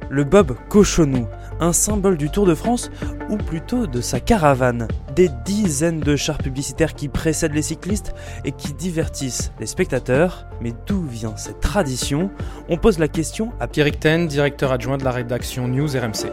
Le bob Cochonou, un symbole du Tour de France, ou plutôt de sa caravane. Des dizaines de chars publicitaires qui précèdent les cyclistes et qui divertissent les spectateurs. Mais d'où vient cette tradition ? On pose la question à Pierrick Ten, directeur adjoint de la rédaction News RMC.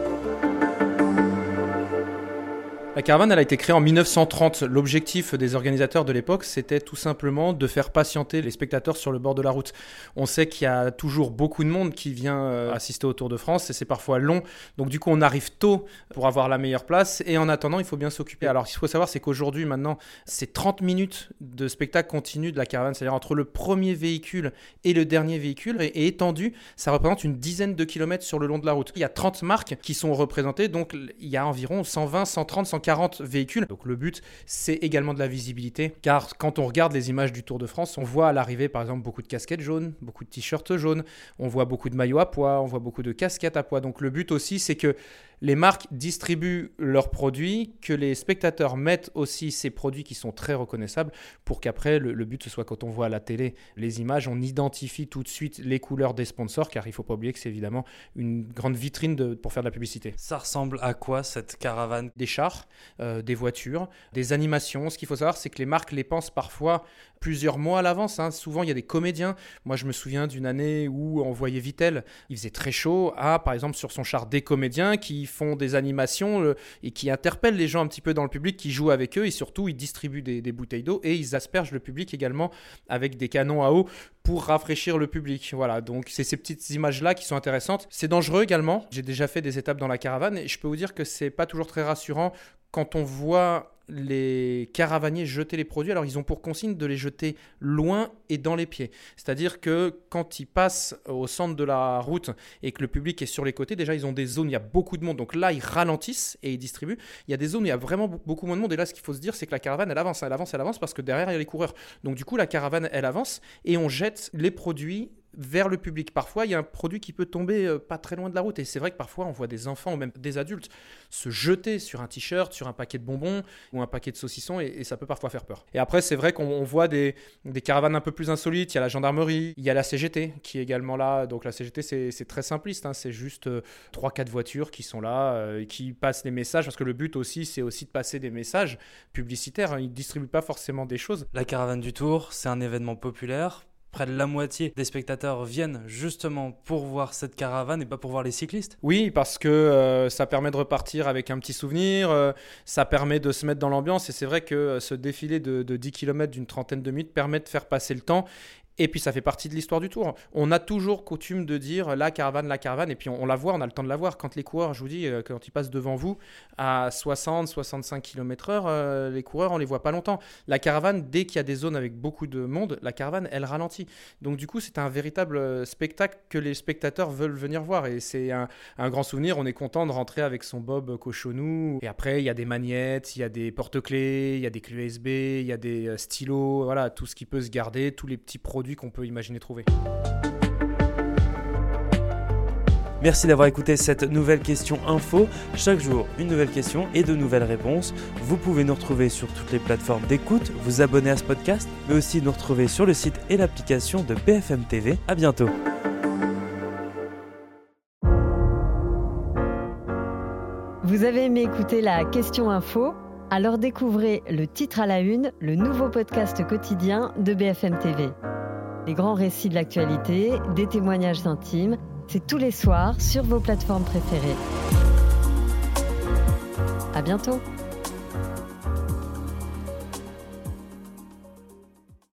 La caravane, elle a été créée en 1930. L'objectif des organisateurs de l'époque, c'était tout simplement de faire patienter les spectateurs sur le bord de la route. On sait qu'il y a toujours beaucoup de monde qui vient assister au Tour de France et c'est parfois long. Donc du coup, on arrive tôt pour avoir la meilleure place et en attendant, il faut bien s'occuper. Alors, ce qu'il faut savoir, c'est qu'aujourd'hui, maintenant, c'est 30 minutes de spectacle continu de la caravane. C'est-à-dire entre le premier véhicule et le dernier véhicule. Et étendu, ça représente une dizaine de kilomètres sur le long de la route. Il y a 30 marques qui sont représentées. Donc, il y a environ 120, 130, 140 véhicules. Donc le but, c'est également de la visibilité, car quand on regarde les images du Tour de France, on voit à l'arrivée par exemple beaucoup de casquettes jaunes, beaucoup de t-shirts jaunes, on voit beaucoup de maillots à pois, on voit beaucoup de casquettes à pois. Donc le but aussi, c'est que les marques distribuent leurs produits, que les spectateurs mettent aussi ces produits qui sont très reconnaissables pour qu'après, le but, ce soit quand on voit à la télé les images, on identifie tout de suite les couleurs des sponsors, car il ne faut pas oublier que c'est évidemment une grande vitrine pour faire de la publicité. Ça ressemble à quoi cette caravane ? Des chars, des voitures, des animations. Ce qu'il faut savoir, c'est que les marques les pensent parfois plusieurs mois à l'avance. Souvent, il y a des comédiens. Moi, je me souviens d'une année où on voyait Vittel. Il faisait très chaud. Par exemple, sur son char, des comédiens qui font des animations et qui interpellent les gens un petit peu dans le public, qui jouent avec eux et surtout, ils distribuent des bouteilles d'eau et ils aspergent le public également avec des canons à eau pour rafraîchir le public. Voilà, donc c'est ces petites images-là qui sont intéressantes. C'est dangereux également. J'ai déjà fait des étapes dans la caravane et je peux vous dire que c'est pas toujours très rassurant quand on voit les caravaniers jeter les produits. Alors, ils ont pour consigne de les jeter loin et dans les pieds. C'est-à-dire que quand ils passent au centre de la route et que le public est sur les côtés, déjà, ils ont des zones où il y a beaucoup de monde. Donc là, ils ralentissent et ils distribuent. Il y a des zones où il y a vraiment beaucoup moins de monde. Et là, ce qu'il faut se dire, c'est que la caravane, elle avance parce que derrière, il y a les coureurs. Donc du coup, la caravane, elle avance et on jette les produits vers le public. Parfois, il y a un produit qui peut tomber pas très loin de la route. Et c'est vrai que parfois, on voit des enfants ou même des adultes se jeter sur un t-shirt, sur un paquet de bonbons ou un paquet de saucissons et ça peut parfois faire peur. Et après, c'est vrai qu'on voit des caravanes un peu plus insolites. Il y a la gendarmerie, il y a la CGT qui est également là. Donc la CGT, c'est très simpliste. C'est juste 3-4 voitures qui sont là et qui passent les messages. Parce que le but aussi, c'est aussi de passer des messages publicitaires. Ils ne distribuent pas forcément des choses. La caravane du Tour, c'est un événement populaire. Près de la moitié des spectateurs viennent justement pour voir cette caravane et pas pour voir les cyclistes. Oui, parce que ça permet de repartir avec un petit souvenir, ça permet de se mettre dans l'ambiance et c'est vrai que ce défilé de 10 km d'une trentaine de minutes permet de faire passer le temps. Et puis ça fait partie de l'histoire du Tour. On a toujours coutume de dire la caravane, et puis on la voit, on a le temps de la voir. Quand les coureurs, je vous dis, quand ils passent devant vous à 60-65 km/h, les coureurs, on les voit pas longtemps. La caravane, dès qu'il y a des zones avec beaucoup de monde, la caravane, elle ralentit. Donc du coup, c'est un véritable spectacle que les spectateurs veulent venir voir. Et c'est un grand souvenir. On est content de rentrer avec son bob Cochonou. Et après, il y a des magnettes, il y a des porte-clés, il y a des clés USB, il y a des stylos, voilà, tout ce qui peut se garder, tous les petits produits qu'on peut imaginer trouver. Merci d'avoir écouté cette nouvelle question info. Chaque jour, une nouvelle question et de nouvelles réponses. Vous pouvez nous retrouver sur toutes les plateformes d'écoute, vous abonner à ce podcast, mais aussi nous retrouver sur le site et l'application de BFM TV. À bientôt. Vous avez aimé écouter la question info ? Alors découvrez le titre à la une, le nouveau podcast quotidien de BFM TV. Les grands récits de l'actualité, des témoignages intimes, c'est tous les soirs sur vos plateformes préférées. À bientôt.